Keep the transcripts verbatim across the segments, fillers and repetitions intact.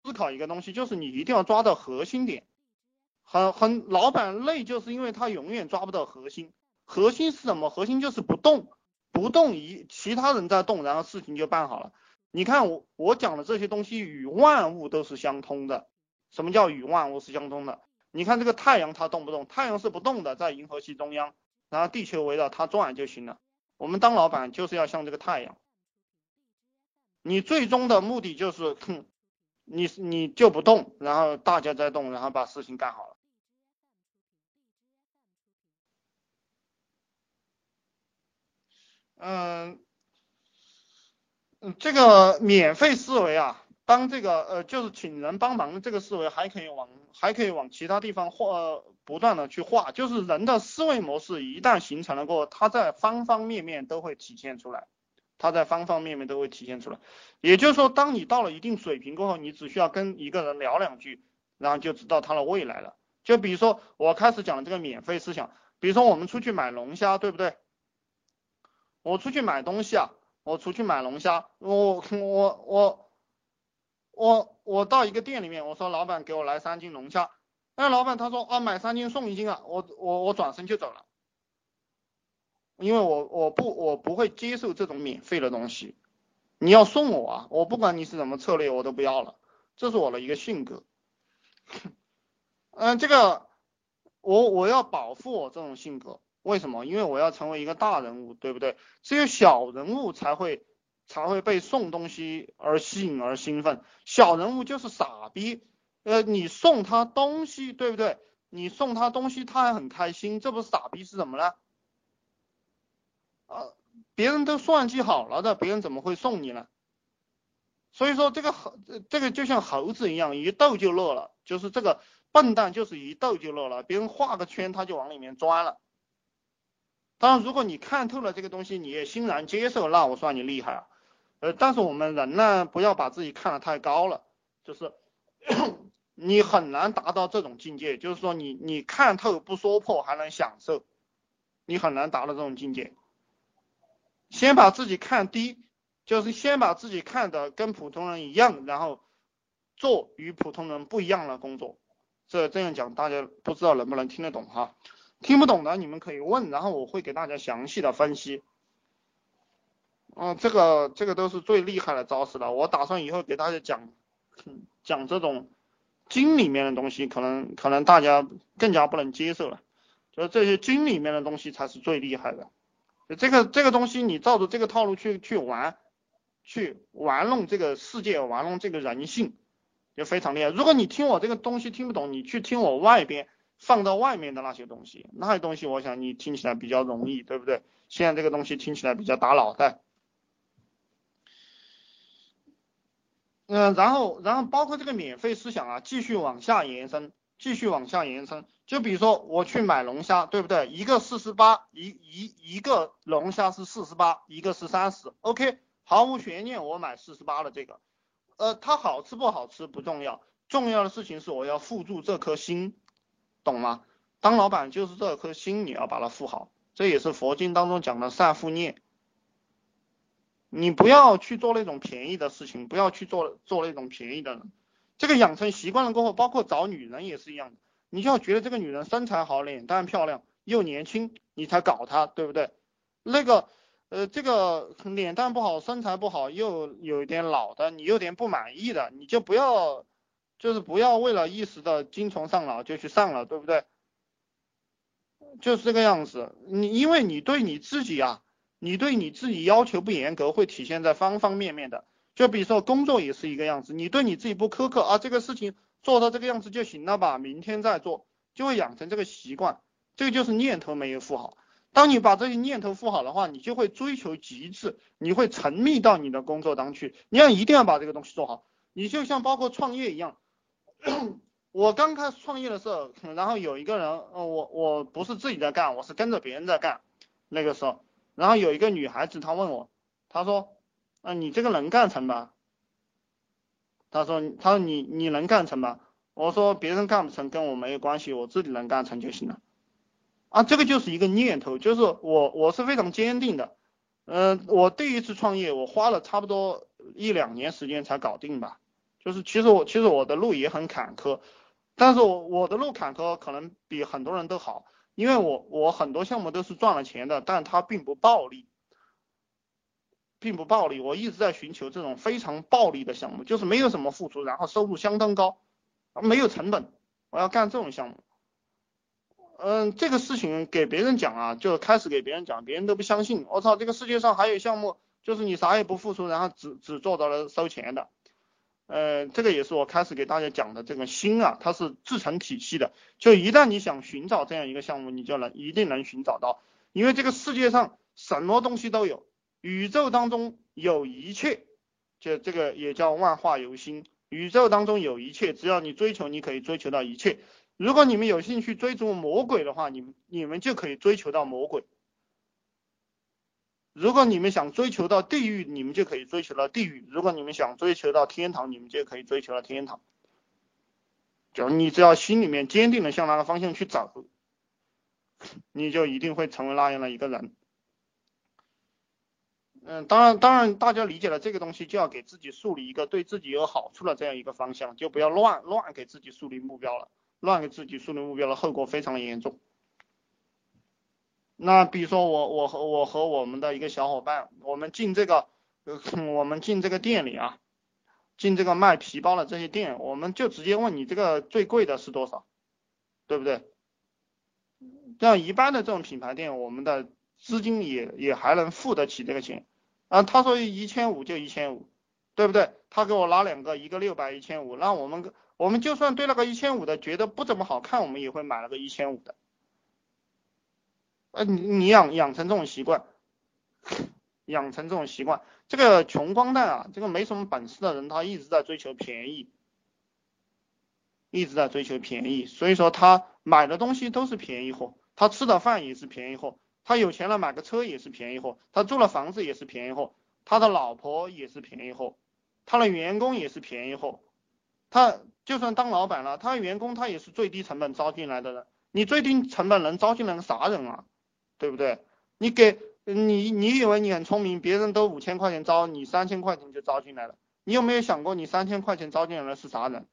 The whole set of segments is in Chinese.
思考一个东西，就是你一定要抓到核心点。很很老板累，就是因为他永远抓不到核心。核心是什么？核心就是不动，不动一其他人在动，然后事情就办好了。你看我我讲的这些东西与万物都是相通的。什么叫与万物是相通的？你看这个太阳它动不动？太阳是不动的，在银河系中央，然后地球围绕它转就行了。我们当老板就是要像这个太阳，你最终的目的就是，哼，你你就不动，然后大家在动，然后把事情干好了。嗯嗯，这个免费思维啊，当这个呃就是请人帮忙的这个思维，还可以往还可以往其他地方画，呃不断的去画，就是人的思维模式一旦形成了过后，它在方方面面都会体现出来，它在方方面面都会体现出来。也就是说，当你到了一定水平过后，你只需要跟一个人聊两句，然后就知道他的未来了。就比如说我开始讲这个免费思想，比如说我们出去买龙虾，对不对？我出去买东西啊，我出去买龙虾，我我我我我到一个店里面，我说老板给我来三斤龙虾，那老板他说啊买三斤送一斤啊，我我我转身就走了，因为我我不我不会接受这种免费的东西，你要送我啊，我不管你是什么策略我都不要了，这是我的一个性格。嗯，这个我我要保护我这种性格，为什么？因为我要成为一个大人物，对不对？只有小人物才会才会被送东西而吸引而兴奋，小人物就是傻逼。呃，你送他东西，对不对？你送他东西，他还很开心，这不是傻逼是什么呢？啊，别人都算计好了的，别人怎么会送你呢？所以说这个猴，这个就像猴子一样，一逗就乐了，就是这个笨蛋就是一逗就乐了，别人画个圈他就往里面钻了。当然，如果你看透了这个东西，你也欣然接受，那我算你厉害啊。呃，但是我们人呢，不要把自己看得太高了，就是你很难达到这种境界，就是说你你看透不说破还能享受，你很难达到这种境界。先把自己看低，就是先把自己看得跟普通人一样，然后做与普通人不一样的工作。这这样讲大家不知道能不能听得懂哈？听不懂的你们可以问，然后我会给大家详细的分析。嗯，这个这个都是最厉害的招式了。我打算以后给大家讲讲这种经里面的东西，可能可能大家更加不能接受了。就是这些经里面的东西才是最厉害的。这个这个东西你照着这个套路去去玩，去玩弄这个世界，玩弄这个人性，就非常厉害。如果你听我这个东西听不懂，你去听我外边放到外面的那些东西，那些东西我想你听起来比较容易，对不对？现在这个东西听起来比较打脑袋。嗯，然后然后包括这个免费思想啊，继续往下延伸，继续往下延伸。就比如说我去买龙虾，对不对？一个四十八，一一一个龙虾是四十八，一个是三十。OK，毫无悬念，我买四十八的这个。呃，它好吃不好吃不重要，重要的事情是我要护住这颗心，懂吗？当老板就是这颗心，你要把它护好，这也是佛经当中讲的善护念。你不要去做那种便宜的事情，不要去做做那种便宜的人。这个养成习惯了过后，包括找女人也是一样的，你就要觉得这个女人身材好，脸蛋漂亮，又年轻，你才搞她，对不对？那个呃，这个脸蛋不好，身材不好，又有一点老的，你有点不满意的，你就不要，就是不要为了一时的精虫上脑就去上了，对不对？就是这个样子。你因为你对你自己啊，你对你自己要求不严格，会体现在方方面面的。就比如说工作也是一个样子，你对你自己不苛刻啊，这个事情做到这个样子就行了吧，明天再做，就会养成这个习惯。这个就是念头没有富好。当你把这些念头富好的话，你就会追求极致，你会沉迷到你的工作当去。你要一定要把这个东西做好。你就像包括创业一样。我刚开始创业的时候，然后有一个人，呃，我我不是自己在干，我是跟着别人在干，那个时候，然后有一个女孩子，她问我，她说，啊，你这个能干成吧？她说，她说你你能干成吧？我说别人干不成跟我没有关系，我自己能干成就行了。啊，这个就是一个念头，就是我我是非常坚定的，嗯、呃，我第一次创业，我花了差不多一两年时间才搞定吧。 就是其实我其实我的路也很坎坷，但是我我的路坎坷可能比很多人都好，因为我我很多项目都是赚了钱的，但它并不暴利，并不暴利。我一直在寻求这种非常暴利的项目，就是没有什么付出，然后收入相当高，没有成本，我要干这种项目。嗯，这个事情给别人讲啊，就开始给别人讲，别人都不相信。我操，这个世界上还有项目，就是你啥也不付出，然后只只做到了收钱的。呃，这个也是我开始给大家讲的，这个心啊，它是自成体系的。就一旦你想寻找这样一个项目，你就能一定能寻找到，因为这个世界上什么东西都有，宇宙当中有一切，就这个也叫万化有心，宇宙当中有一切，只要你追求，你可以追求到一切。如果你们有兴趣追逐魔鬼的话，你们你们就可以追求到魔鬼；如果你们想追求到地狱，你们就可以追求到地狱；如果你们想追求到天堂，你们就可以追求到天堂。就你只要心里面坚定的向那个方向去走，你就一定会成为那样的一个人。嗯，当然，当然，大家理解了这个东西，就要给自己树立一个对自己有好处的这样一个方向，就不要乱乱给自己树立目标了，乱给自己树立目标的后果非常严重。那比如说我我和我和我们的一个小伙伴，我们进这个，呃，我们进这个店里啊，进这个卖皮包的这些店，我们就直接问你这个最贵的是多少，对不对？像一般的这种品牌店，我们的资金也也还能付得起这个钱啊。他说一千五就一千五，对不对？他给我拿两个，一个六百，一千五，那我们我们就算对那个一千五的觉得不怎么好看，我们也会买了个一千五的。呃，你你养养成这种习惯，养成这种习惯，这个穷光蛋啊，这个没什么本事的人，他一直在追求便宜，一直在追求便宜，所以说他买的东西都是便宜货，他吃的饭也是便宜货，他有钱了买个车也是便宜货，他住了房子也是便宜货，他的老婆也是便宜货，他的员工也是便宜货，他就算当老板了，他员工他也是最低成本招进来的人，你最低成本能招进来个啥人啊？对不对？你给你你以为你很聪明，别人都五千块钱招，你三千块钱就招进来了，你有没有想过你三千块钱招进来的是啥人？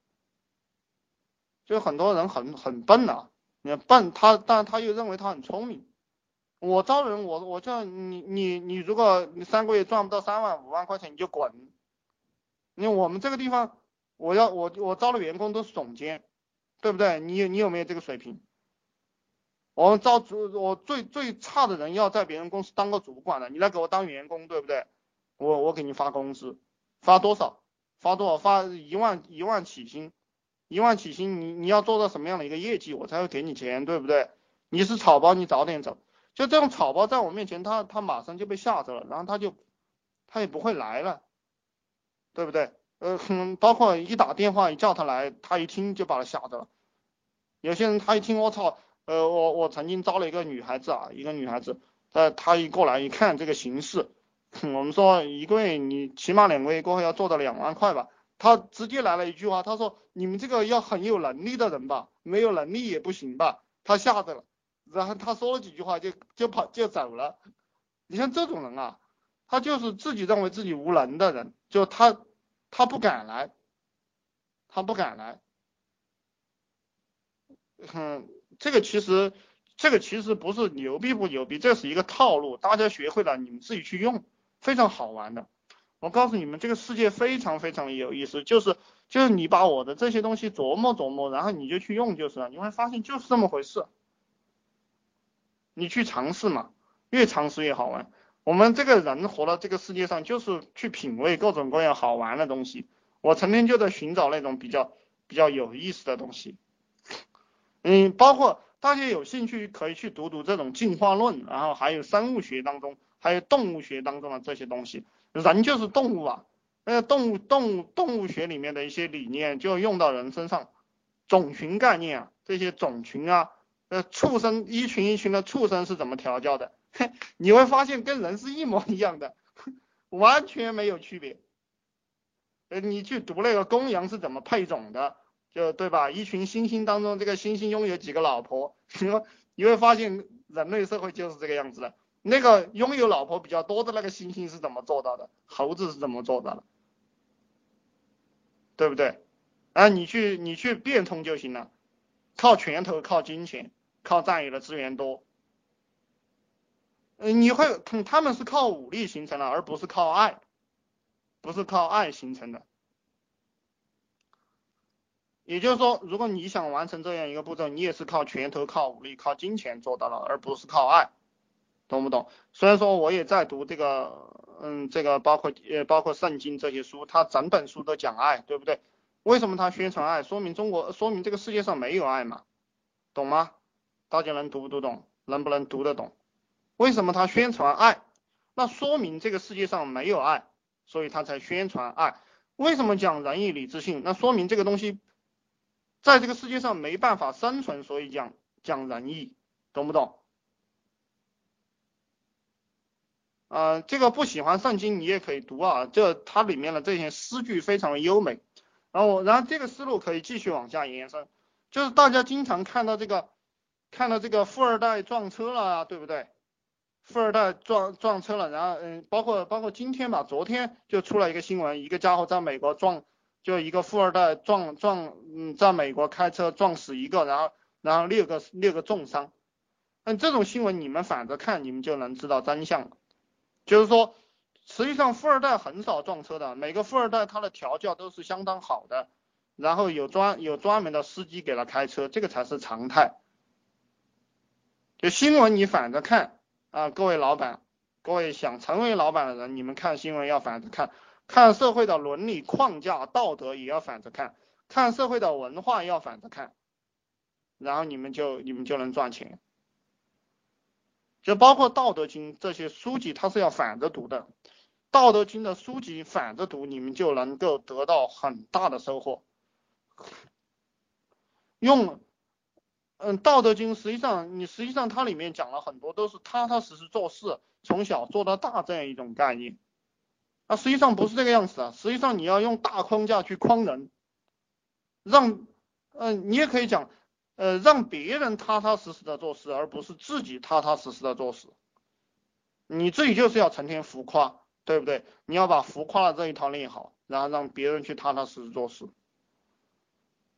就很多人很很笨呐、你笨他，但他又认为他很聪明。我招人，我我叫你你你，如果你三个月赚不到三万五万块钱，你就滚。因为我们这个地方，我要我我招的员工都是总监，对不对？你你有没有这个水平？我们招主，我最最差的人要在别人公司当个主管的，你来给我当员工，对不对？我我给你发工资，发多少？发多少？发一万一万起薪，一万起薪，你你要做到什么样的一个业绩，我才会给你钱，对不对？你是草包，你早点走。就这种草包在我面前，他他马上就被吓着了，然后他就他也不会来了，对不对？呃，包括一打电话一叫他来，他一听就把他吓着了。有些人他一听我操，呃，我我曾经招了一个女孩子啊，一个女孩子，呃，她一过来一看这个形势，我们说一个月你起码两个月过后要做到两万块吧，她直接来了一句话，她说你们这个要很有能力的人吧，没有能力也不行吧，她吓着了，然后她说了几句话就就跑就走了。你像这种人啊，他就是自己认为自己无能的人，就他他不敢来，他不敢来。嗯，这个其实，这个其实不是牛逼不牛逼，这是一个套路，大家学会了，你们自己去用，非常好玩的。我告诉你们，这个世界非常非常有意思，就是就是你把我的这些东西琢磨琢磨，然后你就去用就是了，你会发现就是这么回事，你去尝试嘛，越尝试越好玩。我们这个人活到这个世界上，就是去品味各种各样好玩的东西。我成天就在寻找那种比较比较有意思的东西。嗯，包括大家有兴趣可以去读读这种进化论，然后还有生物学当中，还有动物学当中的这些东西。人就是动物啊，那动物动物动物学里面的一些理念就用到人身上，种群概念啊，这些种群啊，呃，畜生一群一群的畜生是怎么调教的？你会发现跟人是一模一样的，完全没有区别。呃，你去读那个公羊是怎么配种的？就对吧？一群猩猩当中，这个猩猩拥有几个老婆？你会你会发现人类社会就是这个样子的。那个拥有老婆比较多的那个猩猩是怎么做到的？猴子是怎么做到的？ 对不对？啊，你去你去变通就行了，靠拳头，靠金钱，靠占有的资源多。嗯，你会，他们是靠武力形成的，而不是靠爱，不是靠爱形成的。也就是说，如果你想完成这样一个步骤，你也是靠拳头、靠武力、靠金钱做到了，而不是靠爱，懂不懂？虽然说我也在读这个，嗯，这个包括呃包括圣经这些书，它整本书都讲爱，对不对？为什么它宣传爱？说明中国，说明这个世界上没有爱嘛，懂吗？大家能读不读懂？能不能读得懂？为什么他宣传爱？那说明这个世界上没有爱，所以他才宣传爱。为什么讲仁义礼智信？那说明这个东西在这个世界上没办法生存，所以讲讲仁义，懂不懂？呃，这个不喜欢圣经你也可以读啊，这它里面的这些诗句非常的优美。然后，然后这个思路可以继续往下延伸，就是大家经常看到这个，看到这个富二代撞车了啊，对不对？富二代撞撞车了，然后嗯，包括包括今天吧，昨天就出了一个新闻，一个家伙在美国撞，就一个富二代撞撞，嗯，在美国开车撞死一个，然后然后六个六个重伤。嗯，这种新闻你们反着看，你们就能知道真相了。就是说，实际上富二代很少撞车的，每个富二代他的调教都是相当好的，然后有专有专门的司机给他开车，这个才是常态。就新闻你反着看啊，各位老板，各位想成为老板的人，你们看新闻要反着看，看社会的伦理框架、道德也要反着看，看社会的文化要反着看，然后你们就你们就能赚钱。就包括《道德经》这些书籍，它是要反着读的，《道德经》的书籍反着读，你们就能够得到很大的收获。用嗯，《道德经》实际上，你实际上它里面讲了很多都是踏踏实实做事，从小做到大这样一种概念。啊，实际上不是这个样子啊，实际上你要用大框架去框人，让，嗯，你也可以讲，呃，让别人踏踏实实的做事，而不是自己踏踏实实的做事。你自己就是要成天浮夸，对不对？你要把浮夸的这一套练好，然后让别人去踏踏实实做事。